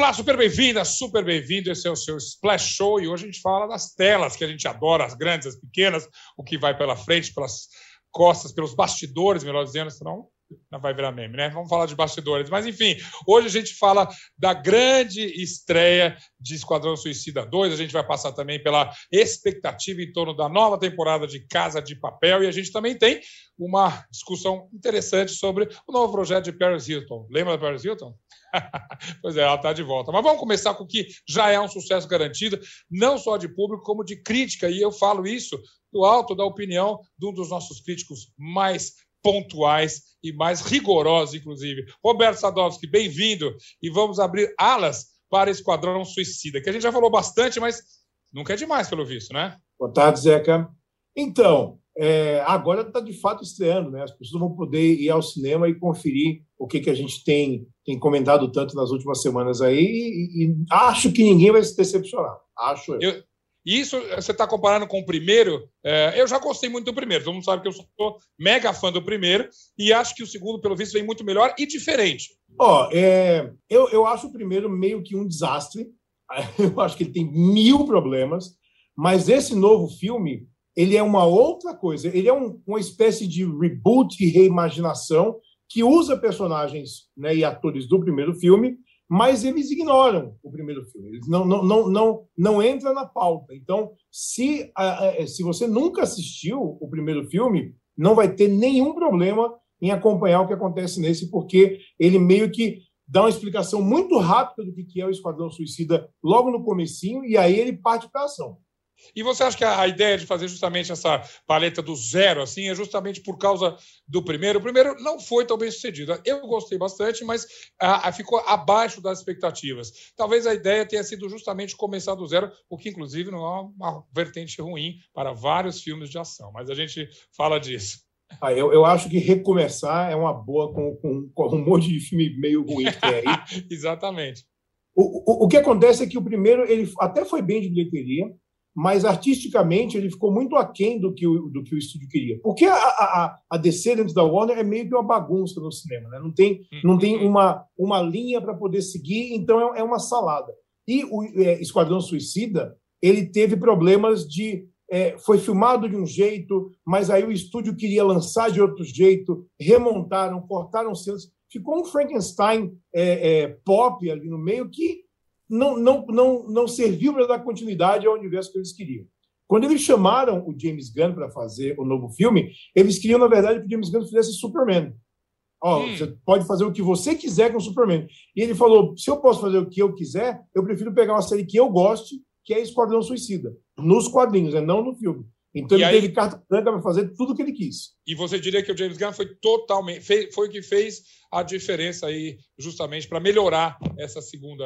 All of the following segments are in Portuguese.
Olá, super bem-vinda, super bem-vindo. Esse é o seu Splash Show e hoje a gente fala das telas que a gente adora, as grandes, as pequenas, o que vai pela frente, pelas costas, pelos bastidores, melhor dizendo, senão não vai virar meme, né? Vamos falar de bastidores. Mas, enfim, hoje a gente fala da grande estreia de Esquadrão Suicida 2. A gente vai passar também pela expectativa em torno da nova temporada de Casa de Papel e a gente também tem uma discussão interessante sobre o novo projeto de Paris Hilton. Lembra da Paris Hilton? Pois é, ela está de volta. Mas vamos começar com o que já é um sucesso garantido, não só de público, como de crítica. E eu falo isso do alto da opinião de um dos nossos críticos mais pontuais e mais rigorosos, inclusive. Roberto Sadowski, bem-vindo. E vamos abrir alas para Esquadrão Suicida, que a gente já falou bastante, mas nunca é demais, pelo visto, né? Boa tarde, Zeca. Então, agora está de fato estreando, né? As pessoas vão poder ir ao cinema e conferir o que a gente tem comentado tanto nas últimas semanas aí e acho que ninguém vai se decepcionar. Acho eu. Isso você está comparando com o primeiro. Eu já gostei muito do primeiro. Todo mundo sabe que eu sou mega fã do primeiro e acho que o segundo, pelo visto, vem muito melhor e diferente. Eu acho o primeiro meio que um desastre. Eu acho que ele tem 1000 problemas, mas esse novo filme ele é uma outra coisa. Ele é uma espécie de reboot e reimaginação que usa personagens, né, e atores do primeiro filme, mas eles ignoram o primeiro filme. Eles não entra na pauta. Então, se você nunca assistiu o primeiro filme, não vai ter nenhum problema em acompanhar o que acontece nesse, porque ele meio que dá uma explicação muito rápida do que é o Esquadrão Suicida logo no comecinho, e aí ele parte para a ação. E você acha que a ideia de fazer justamente essa paleta do zero assim, é justamente por causa do primeiro? O primeiro não foi tão bem sucedido. Eu gostei bastante, mas ficou abaixo das expectativas. Talvez a ideia tenha sido justamente começar do zero, o que, inclusive, não é uma vertente ruim para vários filmes de ação. Mas a gente fala disso. Eu acho que recomeçar é uma boa com um monte de filme meio ruim que tem aí. Exatamente. O que acontece é que o primeiro ele até foi bem de bilheteria, mas artisticamente ele ficou muito aquém do que o estúdio queria. Porque a DC dentro da Warner é meio que uma bagunça no cinema, né? Não tem uma linha para poder seguir, então é uma salada. E o Esquadrão Suicida, ele teve problemas de... foi filmado de um jeito, mas aí o estúdio queria lançar de outro jeito, remontaram, cortaram cenas. Ficou um Frankenstein pop ali no meio que não serviu para dar continuidade ao universo que eles queriam. Quando eles chamaram o James Gunn para fazer o novo filme, eles queriam, na verdade, que o James Gunn fizesse Superman. Você pode fazer o que você quiser com o Superman. E ele falou, se eu posso fazer o que eu quiser, eu prefiro pegar uma série que eu goste, que é Esquadrão Suicida, nos quadrinhos, não no filme. Então ele teve carta branca para fazer tudo o que ele quis. E você diria que o James Gunn foi o que fez a diferença aí, justamente para melhorar esse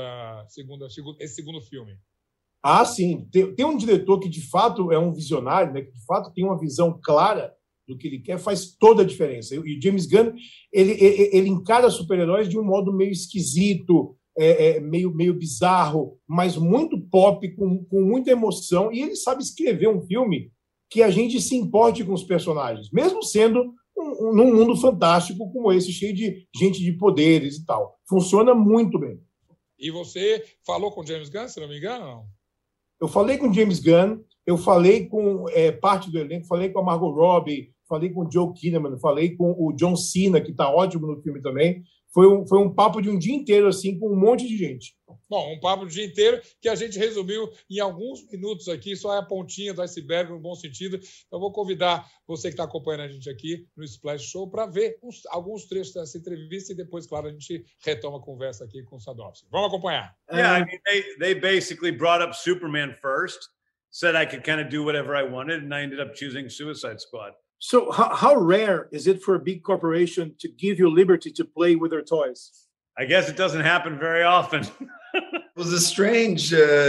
segundo filme? Ah, sim. Tem um diretor que de fato é um visionário, né, que de fato tem uma visão clara do que ele quer, faz toda a diferença. E o James Gunn ele encara super-heróis de um modo meio esquisito, meio bizarro, mas muito pop, com muita emoção, e ele sabe escrever um filme que a gente se importe com os personagens, mesmo sendo num mundo fantástico como esse, cheio de gente de poderes e tal. Funciona muito bem. E você falou com o James Gunn, se não me engano, não? Eu falei com o James Gunn, eu falei com parte do elenco, falei com a Margot Robbie, falei com o Joe Kinnaman, falei com o John Cena, que está ótimo no filme também. Foi um papo de um dia inteiro, assim, com um monte de gente. Bom, um papo de dia inteiro que a gente resumiu em alguns minutos aqui, só é a pontinha do iceberg, no bom sentido. Eu vou convidar você que está acompanhando a gente aqui no Splash Show para ver alguns trechos dessa entrevista e depois, claro, a gente retoma a conversa aqui com o Sadowski. Vamos acompanhar. Yeah, I mean, they basically brought up Superman first, said I could kind of do whatever I wanted, and I ended up choosing Suicide Squad. So how rare is it for a big corporation to give you liberty to play with their toys? I guess it doesn't happen very often. It was a strange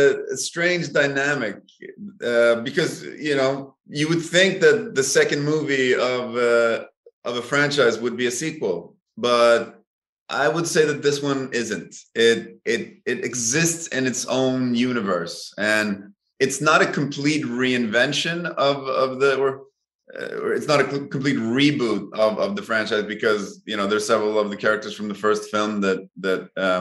dynamic because, you would think that the second movie of a franchise would be a sequel, but I would say that this one isn't. It exists in its own universe, and it's not a complete reinvention or it's not a complete reboot of the franchise because there's several of the characters from the first film that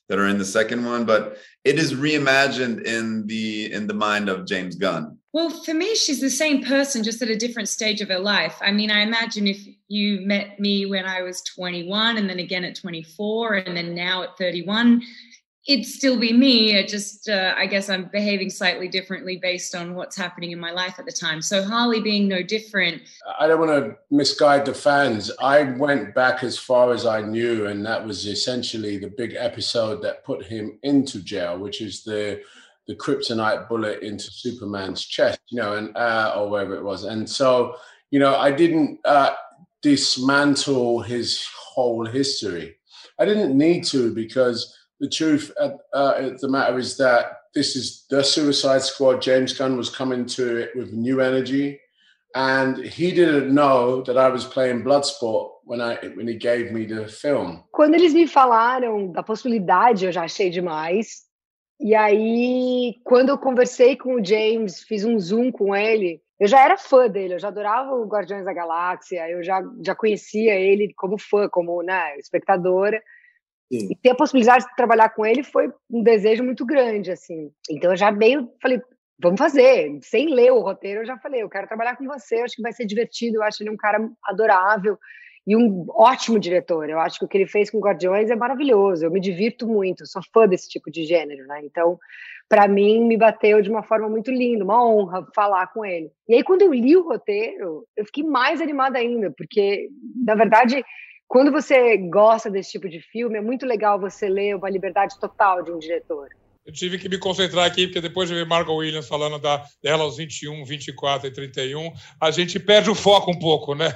that are in the second one, but it is reimagined in the mind of James Gunn. Well, for me, she's the same person, just at a different stage of her life. I mean, I imagine if you met me when I was 21 and then again at 24 and then now at 31, it'd still be me. It just, I guess I'm behaving slightly differently based on what's happening in my life at the time. So Harley being no different. I don't want to misguide the fans. I went back as far as I knew, and that was essentially the big episode that put him into jail, which is the kryptonite bullet into Superman's chest, and or wherever it was. And so, I didn't dismantle his whole history. I didn't need to, because the truth of the matter is that this is the Suicide Squad. James Gunn was coming to it with new energy, and he didn't know that I was playing Bloodsport when he gave me the film. Quando eles me falaram da possibilidade, eu já achei demais. E aí, quando eu conversei com o James, fiz um Zoom com ele, eu já era fã dele, eu já adorava o Guardiões da Galáxia, eu já conhecia ele como fã, como espectadora. Sim. E ter a possibilidade de trabalhar com ele foi um desejo muito grande, assim. Então eu já falei, vamos fazer. Sem ler o roteiro, eu já falei, eu quero trabalhar com você, eu acho que vai ser divertido, eu acho ele um cara adorável e um ótimo diretor. Eu acho que o que ele fez com Guardiões é maravilhoso, eu me divirto muito, sou fã desse tipo de gênero, né? Então, para mim, me bateu de uma forma muito linda, uma honra falar com ele. E aí, quando eu li o roteiro, eu fiquei mais animada ainda, porque, na verdade, quando você gosta desse tipo de filme, é muito legal você ler uma liberdade total de um diretor. Eu tive que me concentrar aqui, porque depois de ver Margot Williams falando dela aos 21, 24 e 31, a gente perde o foco um pouco, né?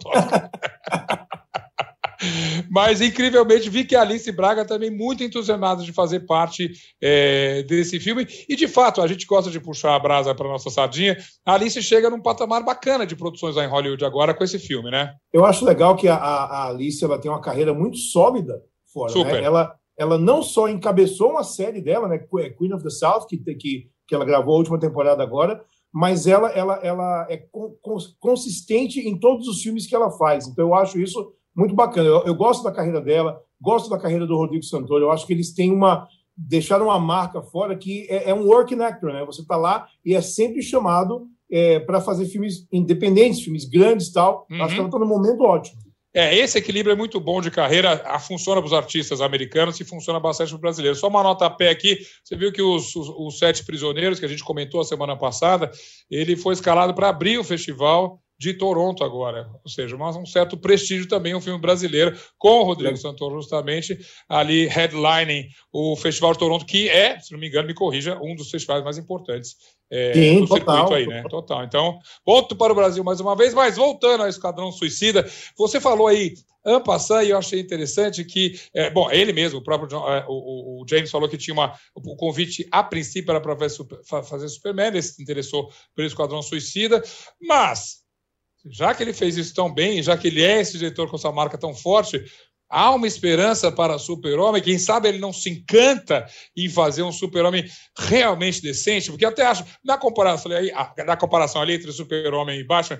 Mas, incrivelmente, vi que a Alice Braga também muito entusiasmada de fazer parte desse filme. E, de fato, a gente gosta de puxar a brasa para a nossa sardinha. A Alice chega num patamar bacana de produções lá em Hollywood agora com esse filme, né? Eu acho legal que a Alice ela tem uma carreira muito sólida fora. Super. Né? Ela não só encabeçou uma série dela, né, Queen of the South, que ela gravou a última temporada agora, mas ela é consistente em todos os filmes que ela faz. Então, eu acho isso muito bacana. Eu gosto da carreira dela, gosto da carreira do Rodrigo Santoro. Eu acho que eles deixaram uma marca fora que é um working actor, né? Você está lá e é sempre chamado para fazer filmes independentes, filmes grandes e tal. Uhum. Acho que ela está num momento ótimo. Esse equilíbrio é muito bom de carreira, funciona para os artistas americanos e funciona bastante para os brasileiros. Só uma nota a pé aqui, você viu que os 7 Prisioneiros, que a gente comentou a semana passada, ele foi escalado para abrir o festival de Toronto agora, ou seja, um certo prestígio também, um filme brasileiro, com o Rodrigo Santoro justamente ali headlining o Festival de Toronto, que se não me engano, me corrija, um dos festivais mais importantes do circuito aí, né? Total. Então, ponto para o Brasil mais uma vez, mas voltando ao Esquadrão Suicida, você falou aí, en passant, e eu achei interessante que, ele mesmo, o próprio o James falou que tinha o convite a princípio era para fazer Superman, ele se interessou pelo Esquadrão Suicida, mas já que ele fez isso tão bem, já que ele é esse diretor com essa marca tão forte, há uma esperança para Super-Homem. Quem sabe ele não se encanta em fazer um Super-Homem realmente decente, porque até acho, na comparação ali entre Super-Homem e Batman,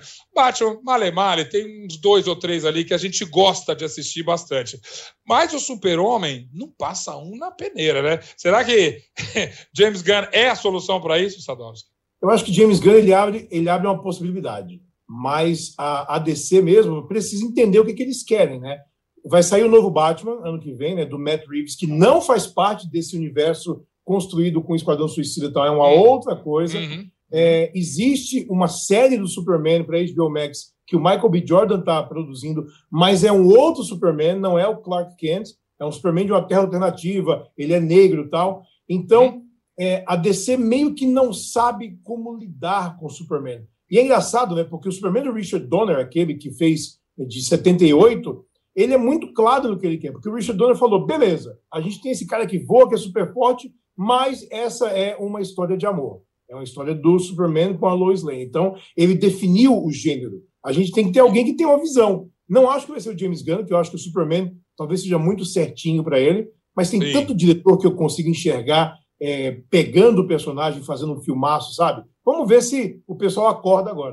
male, tem uns 2 ou 3 ali que a gente gosta de assistir bastante. Mas o Super-Homem não passa na peneira, né? Será que James Gunn é a solução para isso, Sadowski? Eu acho que James Gunn ele abre uma possibilidade. Mas a DC mesmo precisa entender o que eles querem, né? Vai sair o novo Batman ano que vem, né? Do Matt Reeves, que não faz parte desse universo construído com o Esquadrão Suicida, então é uma outra coisa. Uhum. Existe uma série do Superman para HBO Max que o Michael B. Jordan está produzindo, mas é um outro Superman, não é o Clark Kent, é um Superman de uma terra alternativa, ele é negro e tal. Então, a DC meio que não sabe como lidar com o Superman. E é engraçado, né? Porque o Superman do Richard Donner, aquele que fez de 78, ele é muito claro no que ele quer. Porque o Richard Donner falou, beleza, a gente tem esse cara que voa, que é super forte, mas essa é uma história de amor. É uma história do Superman com a Lois Lane. Então, ele definiu o gênero. A gente tem que ter alguém que tenha uma visão. Não acho que vai ser o James Gunn, que eu acho que o Superman talvez seja muito certinho para ele, mas tem tanto diretor que eu consigo enxergar pegando o personagem, fazendo um filmaço, sabe? Vamos ver se o pessoal acorda agora.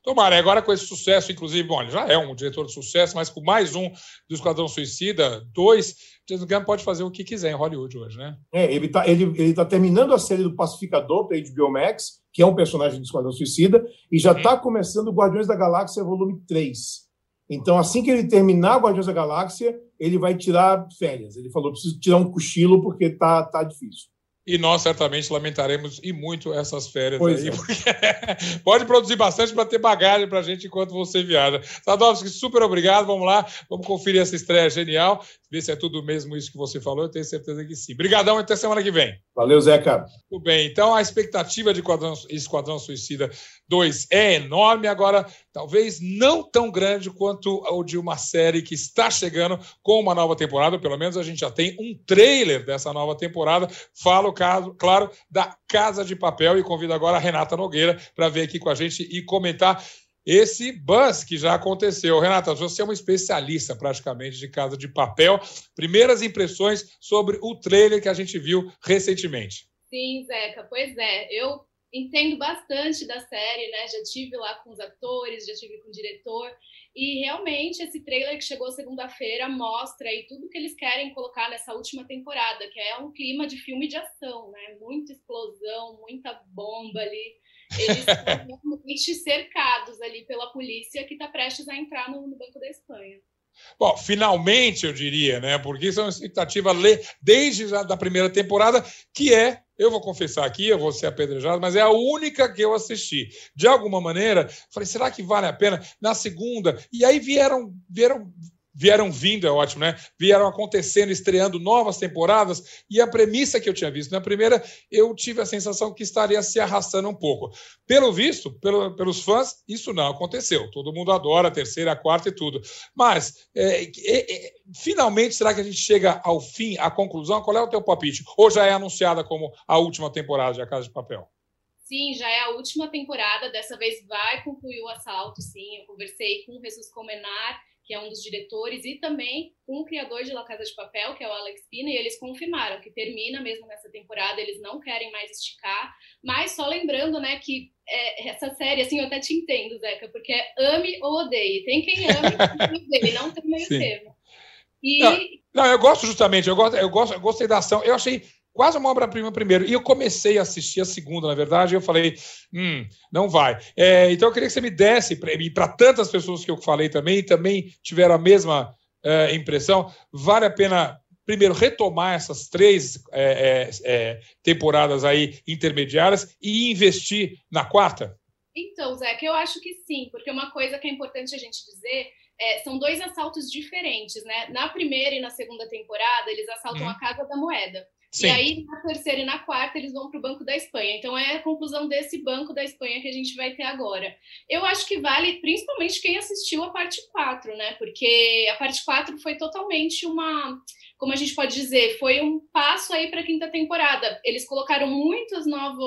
Tomara, agora com esse sucesso, inclusive, bom, ele já é um diretor de sucesso, mas com mais um do Esquadrão Suicida 2, James Gunn pode fazer o que quiser em Hollywood hoje, né? Ele tá terminando a série do Pacificador para HBO Max, que é um personagem do Esquadrão Suicida, e já está começando o Guardiões da Galáxia Volume 3. Então, assim que ele terminar Guardiões da Galáxia, ele vai tirar férias. Ele falou, preciso tirar um cochilo porque tá difícil. E nós certamente lamentaremos e muito essas férias pois aí, porque pode produzir bastante para ter bagagem para a gente enquanto você viaja. Sadovski, super obrigado, vamos lá, vamos conferir essa estreia genial, ver se é tudo mesmo isso que você falou, eu tenho certeza que sim. Obrigadão, até semana que vem. Valeu, Zeca. Tudo bem, então a expectativa de Esquadrão Suicida 2 é enorme, agora talvez não tão grande quanto o de uma série que está chegando com uma nova temporada, pelo menos a gente já tem um trailer dessa nova temporada, falo, claro, da Casa de Papel, e convido agora a Renata Nogueira para vir aqui com a gente e comentar esse buzz que já aconteceu. Renata, você é uma especialista praticamente de Casa de Papel. Primeiras impressões sobre o trailer que a gente viu recentemente. Sim, Zeca, pois é. Eu entendo bastante da série, né? Já tive lá com os atores, já tive com o diretor. E realmente esse trailer que chegou segunda-feira mostra aí tudo que eles querem colocar nessa última temporada, que é um clima de filme de ação, né? Muita explosão, muita bomba ali. Eles estão realmente cercados ali pela polícia que está prestes a entrar no Banco da Espanha. Bom, finalmente eu diria, né? Porque isso é uma expectativa desde já da primeira temporada, que é, eu vou confessar aqui, eu vou ser apedrejado, mas é a única que eu assisti. De alguma maneira, falei, será que vale a pena? Na segunda, e aí vieram vindo, é ótimo, né? Vieram acontecendo, estreando novas temporadas, e a premissa que eu tinha visto na primeira, eu tive a sensação que estaria se arrastando um pouco. Pelo visto, pelos fãs, isso não aconteceu. Todo mundo adora a terceira, a quarta e tudo. Mas, finalmente, será que a gente chega ao fim, à conclusão? Qual é o teu palpite? Ou já é anunciada como a última temporada de A Casa de Papel? Sim, já é a última temporada. Dessa vez vai concluir o assalto, sim. Eu conversei com o Jesus Comenar, que é um dos diretores, e também com o criador de La Casa de Papel, que é o Alex Pina, e eles confirmaram que termina mesmo nessa temporada, eles não querem mais esticar, mas só lembrando, né, que essa série, assim, eu até te entendo, Zeca, porque é ame ou odeie, tem quem ame e tem quem odeie, não tem meio termo. Não, eu gosto justamente, eu gostei da ação, eu achei quase uma obra-prima primeiro. E eu comecei a assistir a segunda, na verdade, e eu falei, não vai. Então eu queria que você me desse, e para tantas pessoas que eu falei também tiveram a mesma impressão, vale a pena, primeiro, retomar essas 3 temporadas aí intermediárias e investir na quarta? Então, Zeca, eu acho que sim, porque uma coisa que é importante a gente dizer são 2 assaltos diferentes, né? Na primeira e na segunda temporada, eles assaltam a Casa da Moeda. Sim. E aí, na terceira e na quarta, eles vão para o Banco da Espanha. Então, é a conclusão desse Banco da Espanha que a gente vai ter agora. Eu acho que vale, principalmente, quem assistiu a parte 4, né? Porque a parte 4 foi totalmente como a gente pode dizer, foi um passo aí para a quinta temporada. Eles colocaram muitos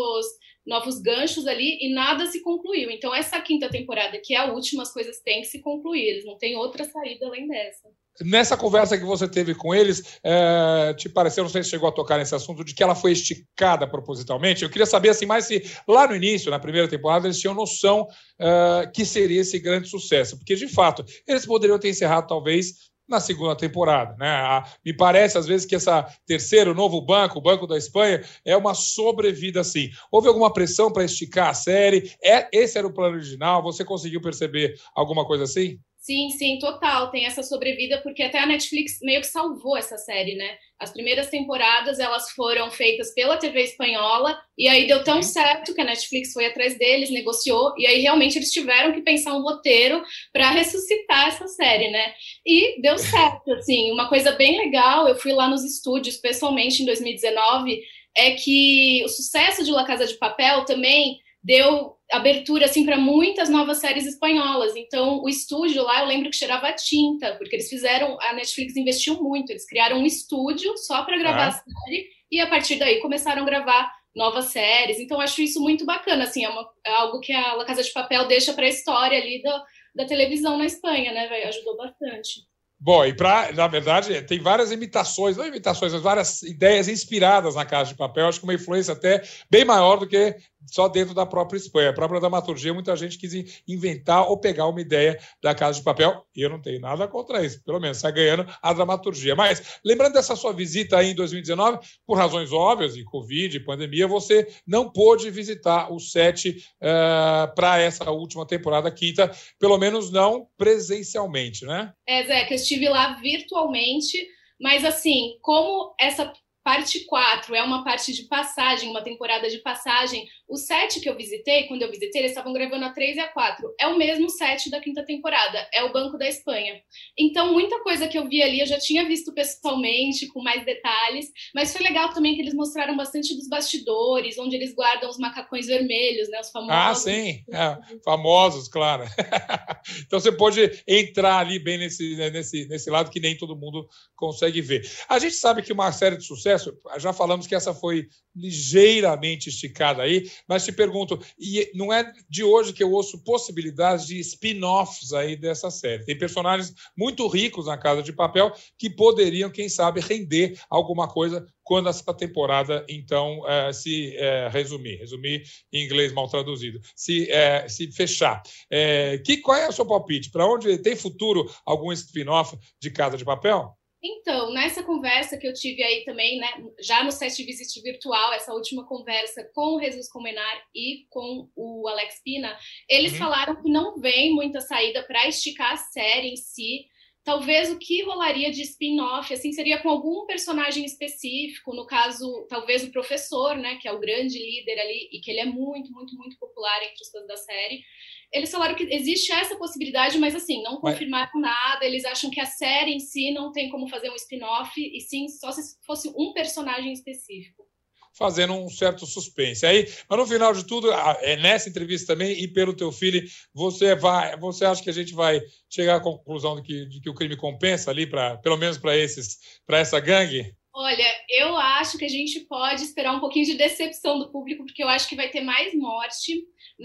novos ganchos ali e nada se concluiu. Então, essa quinta temporada, que é a última, as coisas têm que se concluir. Eles não têm outra saída além dessa. Nessa conversa que você teve com eles, te pareceu, não sei se chegou a tocar nesse assunto, de que ela foi esticada propositalmente? Eu queria saber, assim, mais se lá no início, na primeira temporada, eles tinham noção que seria esse grande sucesso. Porque, de fato, eles poderiam ter encerrado, talvez, na segunda temporada, né? Me parece, às vezes, que essa terceira, o novo banco, o Banco da Espanha, é uma sobrevida, assim. Houve alguma pressão para esticar a série? Esse era o plano original? Você conseguiu perceber alguma coisa assim? Sim, total. Tem essa sobrevida, porque até a Netflix meio que salvou essa série, né? As primeiras temporadas, elas foram feitas pela TV espanhola, e aí deu tão certo que a Netflix foi atrás deles, negociou, e aí realmente eles tiveram que pensar um roteiro para ressuscitar essa série, né? E deu certo, assim. Uma coisa bem legal, eu fui lá nos estúdios, pessoalmente, em 2019, é que o sucesso de La Casa de Papel também deu abertura, assim, para muitas novas séries espanholas. Então, o estúdio lá, eu lembro que cheirava tinta, porque eles a Netflix investiu muito, eles criaram um estúdio só para gravar a série, e a partir daí começaram a gravar novas séries. Então, acho isso muito bacana, assim, é algo que a La Casa de Papel deixa para a história ali da televisão na Espanha, né, ajudou bastante. Bom, e na verdade, tem várias imitações, não imitações, mas várias ideias inspiradas na Casa de Papel. Acho que uma influência até bem maior do que só dentro da própria Espanha. A própria dramaturgia, muita gente quis inventar ou pegar uma ideia da Casa de Papel, e eu não tenho nada contra isso, pelo menos sai ganhando a dramaturgia. Mas, lembrando dessa sua visita aí em 2019, por razões óbvias, de Covid, pandemia, você não pôde visitar o set para essa última temporada, quinta, pelo menos não presencialmente, né? Zé, que eu estive lá virtualmente, mas assim, como essa parte 4 é uma parte de passagem, uma temporada de passagem, o set que eu visitei, quando eu visitei, eles estavam gravando a 3 e a 4. É o mesmo set da quinta temporada, é o Banco da Espanha. Então, muita coisa que eu vi ali, eu já tinha visto pessoalmente, com mais detalhes, mas foi legal também que eles mostraram bastante dos bastidores, onde eles guardam os macacões vermelhos, né, os famosos. Ah, sim, famosos, claro. Então, você pode entrar ali bem nesse lado que nem todo mundo consegue ver. A gente sabe que uma série de sucesso, já falamos que essa foi ligeiramente esticada aí, mas te pergunto, e não é de hoje que eu ouço possibilidades de spin-offs aí dessa série. Tem personagens muito ricos na Casa de Papel que poderiam, quem sabe, render alguma coisa quando essa temporada, então, resumir em inglês mal traduzido, se fechar. Qual é o seu palpite? Para onde tem futuro algum spin-off de Casa de Papel? Então, nessa conversa que eu tive aí também, né, já no set de visita virtual, essa última conversa com o Jesus Comenar e com o Alex Pina, eles falaram que não vem muita saída para esticar a série em si. Talvez o que rolaria de spin-off, assim, seria com algum personagem específico, no caso, talvez o professor, né, que é o grande líder ali, e que ele é muito, muito, muito popular entre os fãs da série. Eles falaram que existe essa possibilidade, mas assim, não confirmaram nada. Eles acham que a série em si não tem como fazer um spin-off, e sim só se fosse um personagem específico. Fazendo um certo suspense. Aí, mas no final de tudo, nessa entrevista também, e pelo teu filho, você acha que a gente vai chegar à conclusão de que o crime compensa ali, pelo menos para essa gangue? Olha, eu acho que a gente pode esperar um pouquinho de decepção do público, porque eu acho que vai ter mais morte.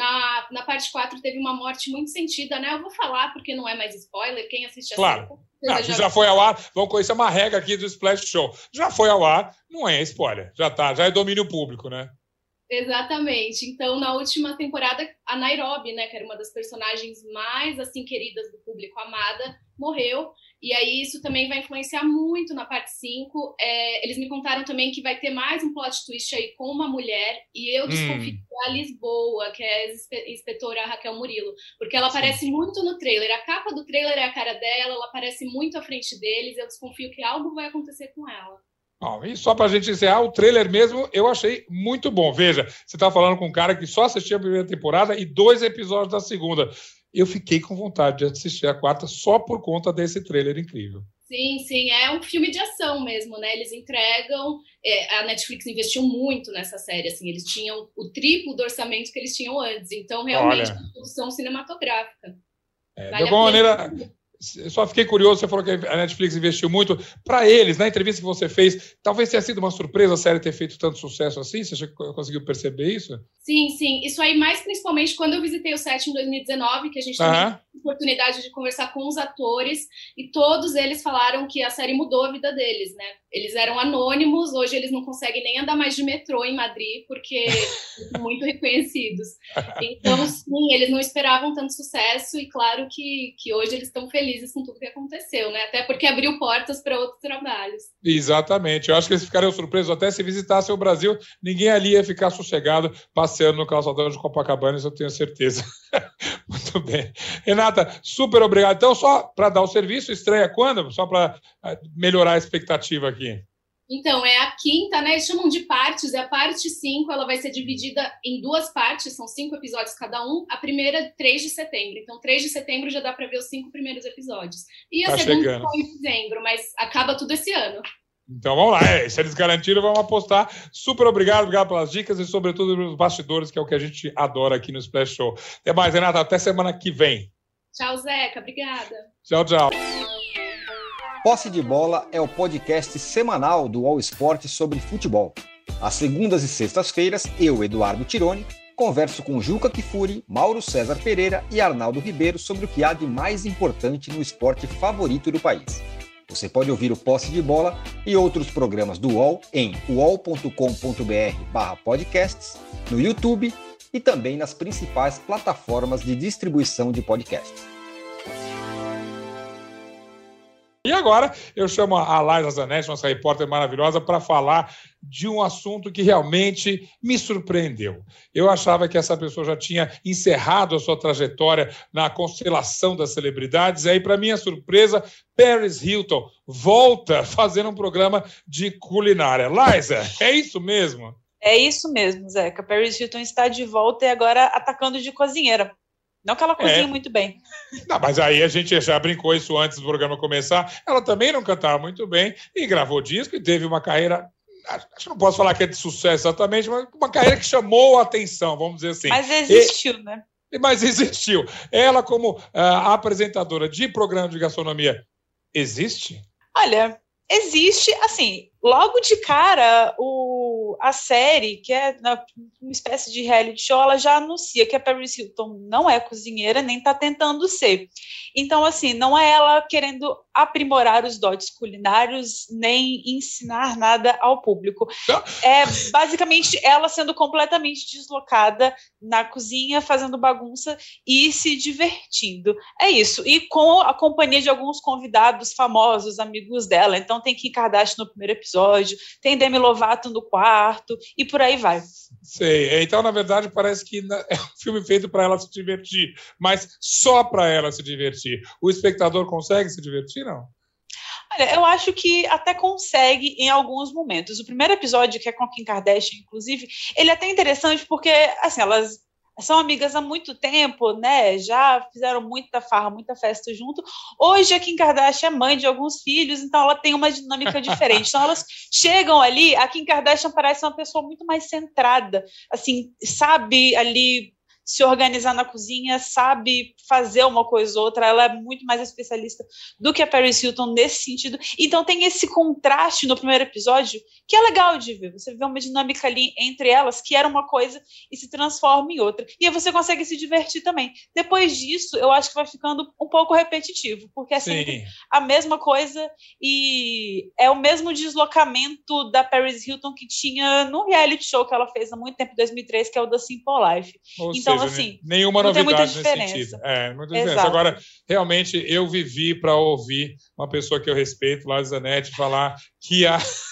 Na parte 4 teve uma morte muito sentida, né? Eu vou falar porque não é mais spoiler, quem assiste a série... Claro, já foi ao ar, vamos conhecer uma regra aqui do Splash Show. Já foi ao ar, não é spoiler, já é domínio público, né? Exatamente. Então, na última temporada, a Nairobi, né, que era uma das personagens mais, assim, queridas do público, amada, morreu. E aí isso também vai influenciar muito na parte 5. Eles me contaram também que vai ter mais um plot twist aí com uma mulher. E eu desconfio que a Lisboa, que é a inspetora Raquel Murilo. Porque ela aparece muito no trailer. A capa do trailer é a cara dela, ela aparece muito à frente deles. Eu desconfio que algo vai acontecer com ela. E só para a gente encerrar, o trailer mesmo eu achei muito bom. Veja, você está falando com um cara que só assistia a primeira temporada e 2 episódios da segunda. Eu fiquei com vontade de assistir a 4ª só por conta desse trailer incrível. Sim, é um filme de ação mesmo, né? Eles entregam... a Netflix investiu muito nessa série, assim, eles tinham o triplo do orçamento que eles tinham antes. Então, realmente, uma produção cinematográfica. De alguma maneira... Eu só fiquei curioso, você falou que a Netflix investiu muito. Para eles, na entrevista que você fez, talvez tenha sido uma surpresa a série ter feito tanto sucesso assim? Você conseguiu perceber isso? Sim. Isso aí, mais principalmente quando eu visitei o set em 2019, que a gente teve a oportunidade de conversar com os atores, e todos eles falaram que a série mudou a vida deles, né? Eles eram anônimos, hoje eles não conseguem nem andar mais de metrô em Madrid, porque são muito reconhecidos. Então, sim, eles não esperavam tanto sucesso, e claro que hoje eles estão felizes com tudo que aconteceu, né? Até porque abriu portas para outros trabalhos. Exatamente. Eu acho que eles ficariam surpresos até se visitassem o Brasil, ninguém ali ia ficar sossegado passeando no calçadão de Copacabana, isso eu tenho certeza. Muito bem. Renata, super obrigado. Então, só para dar o serviço, estreia quando? Só para melhorar a expectativa aqui. Então, é a quinta, né? Eles chamam de partes, é a parte 5, ela vai ser dividida em 2 partes, são 5 episódios cada um. A primeira, 3 de setembro. Então, 3 de setembro já dá para ver os 5 primeiros episódios. E a segunda só em dezembro, mas acaba tudo esse ano. Então, vamos lá. Se eles garantiram, vamos apostar. Super obrigado pelas dicas e, sobretudo, pelos bastidores, que é o que a gente adora aqui no Splash Show. Até mais, Renata. Até semana que vem. Tchau, Zeca. Obrigada. Tchau. Posse de Bola é o podcast semanal do All Sport sobre futebol. Às segundas e sextas-feiras, eu, Eduardo Tironi, converso com Juca Kfouri, Mauro César Pereira e Arnaldo Ribeiro sobre o que há de mais importante no esporte favorito do país. Você pode ouvir o Posse de Bola e outros programas do UOL em uol.com.br/podcasts, no YouTube, e também nas principais plataformas de distribuição de podcasts. E agora eu chamo a Liza Zanetti, nossa repórter maravilhosa, para falar de um assunto que realmente me surpreendeu. Eu achava que essa pessoa já tinha encerrado a sua trajetória na constelação das celebridades, e aí, para minha surpresa, Paris Hilton volta fazendo um programa de culinária. Liza, é isso mesmo? É isso mesmo, Zeca. Paris Hilton está de volta e agora atacando de cozinheira. Não que ela cozinhe muito bem. Não, mas aí a gente já brincou isso antes do programa começar. Ela também não cantava muito bem e gravou disco e teve uma carreira, acho que não posso falar que é de sucesso exatamente, mas uma carreira que chamou a atenção, vamos dizer assim. Mas existiu, né? Mas existiu. Ela, como apresentadora de programa de gastronomia, existe? Olha, existe, assim, logo de cara, a série, que é uma espécie de reality show, ela já anuncia que a Paris Hilton não é cozinheira, nem está tentando ser. Então, assim, não é ela querendo aprimorar os dotes culinários, nem ensinar nada ao público. É basicamente ela sendo completamente deslocada na cozinha, fazendo bagunça e se divertindo. É isso. E com a companhia de alguns convidados famosos, amigos dela. Então, tem Kim Kardashian no primeiro episódio, tem Demi Lovato no quarto, e por aí vai. Sei. Então, na verdade, parece que é um filme feito para ela se divertir, mas só para ela se divertir. O espectador consegue se divertir, não? Olha, eu acho que até consegue em alguns momentos. O primeiro episódio, que é com a Kim Kardashian, inclusive, ele é até interessante porque, assim, elas são amigas há muito tempo, né? Já fizeram muita farra, muita festa junto. Hoje a Kim Kardashian é mãe de alguns filhos, então ela tem uma dinâmica diferente. Então elas chegam ali, a Kim Kardashian parece uma pessoa muito mais centrada, assim, sabe ali se organizar na cozinha, sabe fazer uma coisa ou outra, ela é muito mais especialista do que a Paris Hilton nesse sentido. Então tem esse contraste no primeiro episódio que é legal de ver. Você vê uma dinâmica ali entre elas que era uma coisa e se transforma em outra. E aí você consegue se divertir também. Depois disso, eu acho que vai ficando um pouco repetitivo, porque é sempre a mesma coisa e é o mesmo deslocamento da Paris Hilton que tinha no reality show que ela fez há muito tempo, em 2003, que é o The Simple Life. Ou então, seja, assim, nenhuma novidade nesse sentido. Muita diferença. Exato. Agora, realmente, eu vivi para ouvir uma pessoa que eu respeito, Liza Zanetti, falar que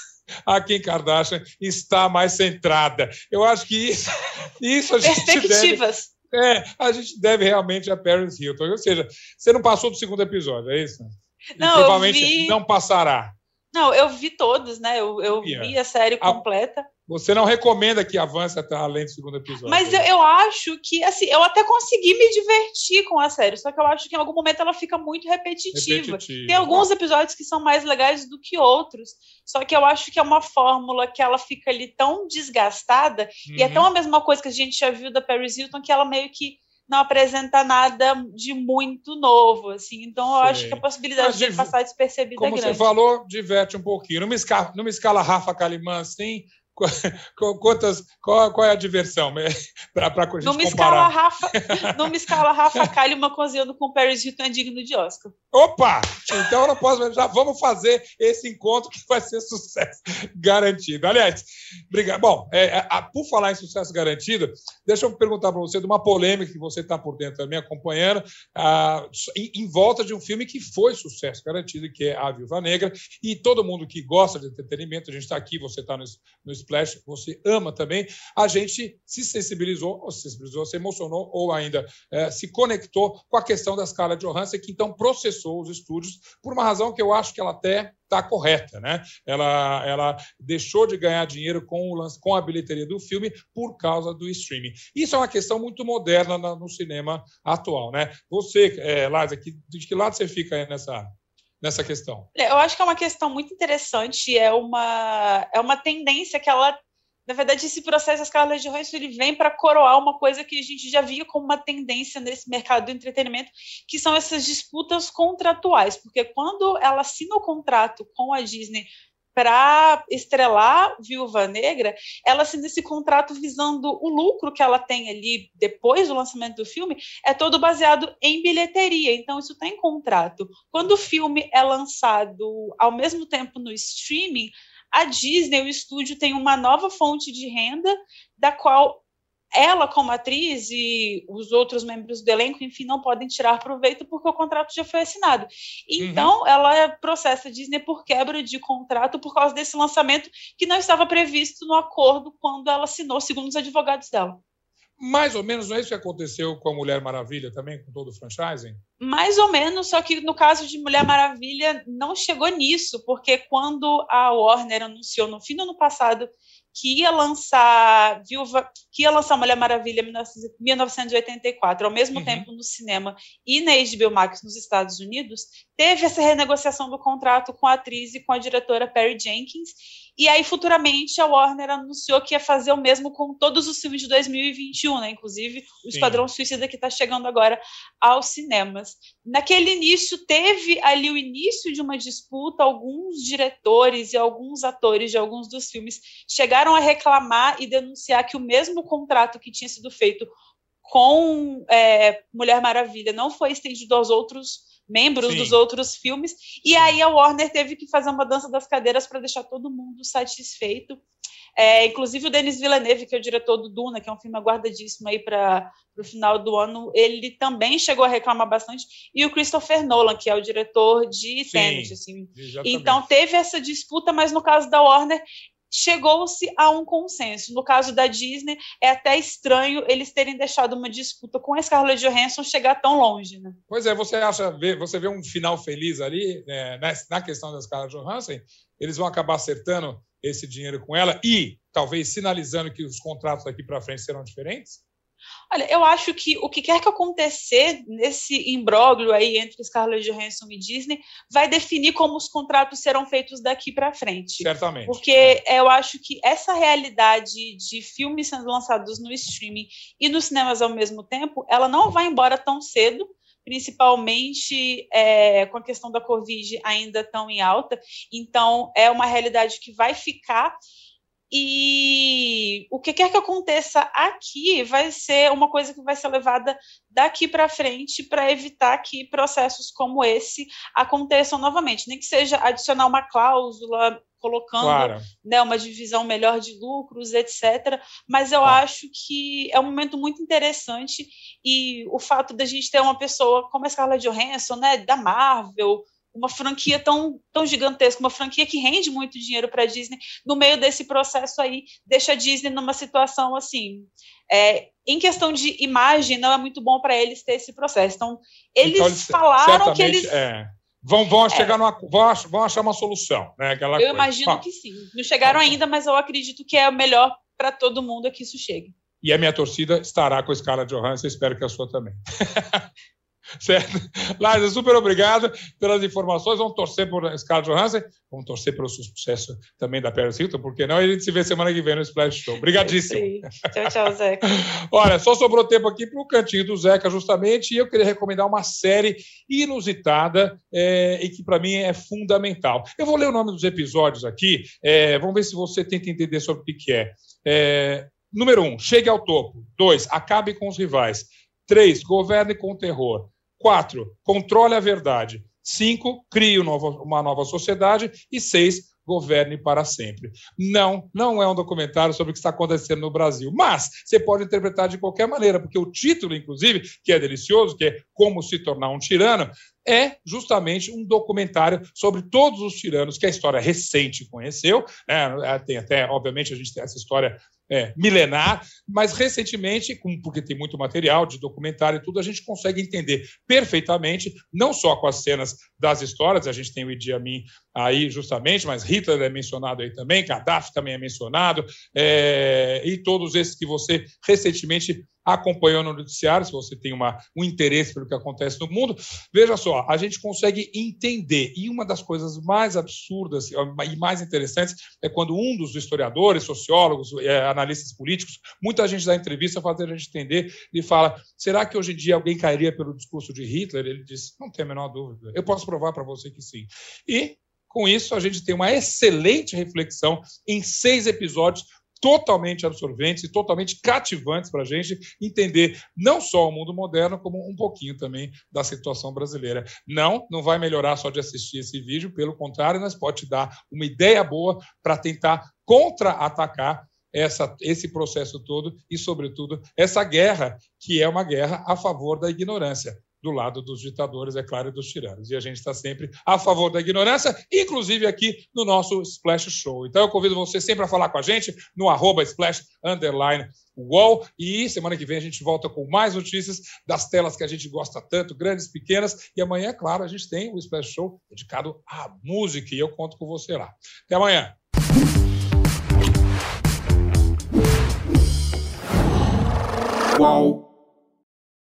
a Kim Kardashian está mais centrada. Eu acho que isso a gente perspectivas. A gente deve realmente a Paris Hilton. Ou seja, você não passou do segundo episódio, é isso? Não, provavelmente não passará. Não, eu vi todos, né? Eu vi a série completa. Você não recomenda que avance até além do segundo episódio? Mas eu acho que, assim, eu até consegui me divertir com a série, só que eu acho que em algum momento ela fica muito repetitiva. Tem alguns episódios que são mais legais do que outros, só que eu acho que é uma fórmula que ela fica ali tão desgastada, e é tão a mesma coisa que a gente já viu da Paris Hilton, que ela meio que não apresenta nada de muito novo, assim. Então, eu acho que a possibilidade de passar despercebida é grande. Como você falou, diverte um pouquinho. Numa escala Rafa Kalimann, assim, qual é a diversão? Para a gente comparar. Numa escala Rafa Kalimann cozinhando com Paris Hilton é digno de Oscar. Opa! Então, eu não posso... Já vamos fazer esse encontro que vai ser sucesso garantido. Aliás, obrigado. Bom, por falar em sucesso garantido, deixa eu perguntar para você de uma polêmica que você está por dentro também, acompanhando, em volta de um filme que foi sucesso garantido, que é A Viúva Negra, e todo mundo que gosta de entretenimento, a gente está aqui, você está no Splash, você ama também, a gente se sensibilizou, se emocionou, ou ainda se conectou com a questão da Scarlett Johansson, que então processou os estúdios por uma razão que eu acho que ela até está correta, né? Ela deixou de ganhar dinheiro com a bilheteria do filme por causa do streaming. Isso é uma questão muito moderna no cinema atual, né? Você, Liza, de que lado você fica aí nessa questão? Eu acho que é uma questão muito interessante, é uma tendência que ela... Na verdade, esse processo da Scarlett Johansson ele vem para coroar uma coisa que a gente já via como uma tendência nesse mercado do entretenimento, que são essas disputas contratuais, porque quando ela assina o contrato com a Disney para estrelar Viúva Negra, ela assina esse contrato visando o lucro que ela tem ali depois do lançamento do filme, é todo baseado em bilheteria, então isso está em contrato. Quando o filme é lançado ao mesmo tempo no streaming, a Disney, o estúdio, tem uma nova fonte de renda, da qual ela, como atriz, e os outros membros do elenco, enfim, não podem tirar proveito porque o contrato já foi assinado. Então, ela processa a Disney por quebra de contrato por causa desse lançamento que não estava previsto no acordo quando ela assinou, segundo os advogados dela. Mais ou menos, não é isso que aconteceu com a Mulher Maravilha também, com todo o franchising? Mais ou menos, só que no caso de Mulher Maravilha não chegou nisso, porque quando a Warner anunciou no fim do ano passado que ia lançar Mulher Maravilha em 1984, ao mesmo tempo no cinema e na HBO Max nos Estados Unidos, teve essa renegociação do contrato com a atriz e com a diretora Perry Jenkins, e aí futuramente a Warner anunciou que ia fazer o mesmo com todos os filmes de 2021, né? Inclusive o Esquadrão Suicida, que está chegando agora aos cinemas. Naquele início, teve ali o início de uma disputa, alguns diretores e alguns atores de alguns dos filmes chegaram a reclamar e denunciar que o mesmo contrato que tinha sido feito com Mulher Maravilha não foi estendido aos outros membros dos outros filmes, e aí a Warner teve que fazer uma dança das cadeiras para deixar todo mundo satisfeito. Inclusive o Denis Villeneuve, que é o diretor do Duna, que é um filme aguardadíssimo aí para o final do ano, ele também chegou a reclamar bastante, e o Christopher Nolan, que é o diretor de Tenet. Assim. Então teve essa disputa, mas no caso da Warner chegou-se a um consenso. No caso da Disney, é até estranho eles terem deixado uma disputa com a Scarlett Johansson chegar tão longe, né? Pois é, você vê um final feliz ali, na questão da Scarlett Johansson, eles vão acabar acertando esse dinheiro com ela e talvez sinalizando que os contratos daqui para frente serão diferentes? Olha, eu acho que o que quer que acontecer nesse imbróglio aí entre Scarlett Johansson e Disney vai definir como os contratos serão feitos daqui para frente. Certamente. Porque eu acho que essa realidade de filmes sendo lançados no streaming e nos cinemas ao mesmo tempo, ela não vai embora tão cedo, principalmente com a questão da Covid ainda tão em alta. Então, é uma realidade que vai ficar. E o que quer que aconteça aqui vai ser uma coisa que vai ser levada daqui para frente para evitar que processos como esse aconteçam novamente, nem que seja adicionar uma cláusula colocando uma divisão melhor de lucros, etc. Mas eu acho que é um momento muito interessante, e o fato da gente ter uma pessoa como a Scarlett Johansson, né, da Marvel, uma franquia tão gigantesca, uma franquia que rende muito dinheiro para a Disney, no meio desse processo aí, deixa a Disney numa situação assim, em questão de imagem, não é muito bom para eles ter esse processo. Então, eles falaram que eles... Vão achar uma solução, né? Eu imagino que sim. Não chegaram ainda, mas eu acredito que é o melhor para todo mundo que isso chegue. E a minha torcida estará com a Scarlett Johansson, espero que a sua também. Certo? Liza, super obrigado pelas informações. Vamos torcer por Scarlett Johansson, vamos torcer pelo sucesso também da Paris Hilton, porque não? E a gente se vê semana que vem no Splash Show. Obrigadíssimo. Tchau, Zeca. Olha, só sobrou tempo aqui para o cantinho do Zeca, justamente, e eu queria recomendar uma série inusitada e que para mim é fundamental. Eu vou ler o nome dos episódios aqui, vamos ver se você tenta entender sobre o que é. Número 1, chegue ao topo. 2, acabe com os rivais. 3, governe com o terror. 4, controle a verdade. 5, crie uma nova sociedade. E 6, governe para sempre. Não é um documentário sobre o que está acontecendo no Brasil, mas você pode interpretar de qualquer maneira, porque o título, inclusive, que é delicioso, que é Como se tornar um tirano, é justamente um documentário sobre todos os tiranos que a história recente conheceu. Tem até, obviamente, a gente tem essa história milenar, mas recentemente, porque tem muito material de documentário e tudo, a gente consegue entender perfeitamente, não só com as cenas das histórias, a gente tem o Idi Amin aí justamente, mas Hitler é mencionado aí também, Gaddafi também é mencionado, e todos esses que você recentemente acompanhou no noticiário, se você tem um interesse pelo que acontece no mundo. Veja só, a gente consegue entender, e uma das coisas mais absurdas e mais interessantes é quando um dos historiadores, sociólogos, analistas políticos, muita gente dá entrevista fazendo a gente entender, e fala, será que hoje em dia alguém cairia pelo discurso de Hitler? Ele diz, não tem a menor dúvida, eu posso provar para você que sim. E, com isso, a gente tem uma excelente reflexão em 6 episódios totalmente absorventes e totalmente cativantes para a gente entender não só o mundo moderno, como um pouquinho também da situação brasileira. Não vai melhorar só de assistir esse vídeo, pelo contrário, mas pode te dar uma ideia boa para tentar contra-atacar esse processo todo e, sobretudo, essa guerra, que é uma guerra a favor da ignorância, do lado dos ditadores, é claro, e dos tiranos. E a gente está sempre a favor da ignorância, inclusive aqui no nosso Splash Show. Então eu convido você sempre a falar com a gente no @splash_wall. E semana que vem a gente volta com mais notícias das telas que a gente gosta tanto, grandes, pequenas. E amanhã, claro, a gente tem o Splash Show dedicado à música. E eu conto com você lá. Até amanhã. Uau.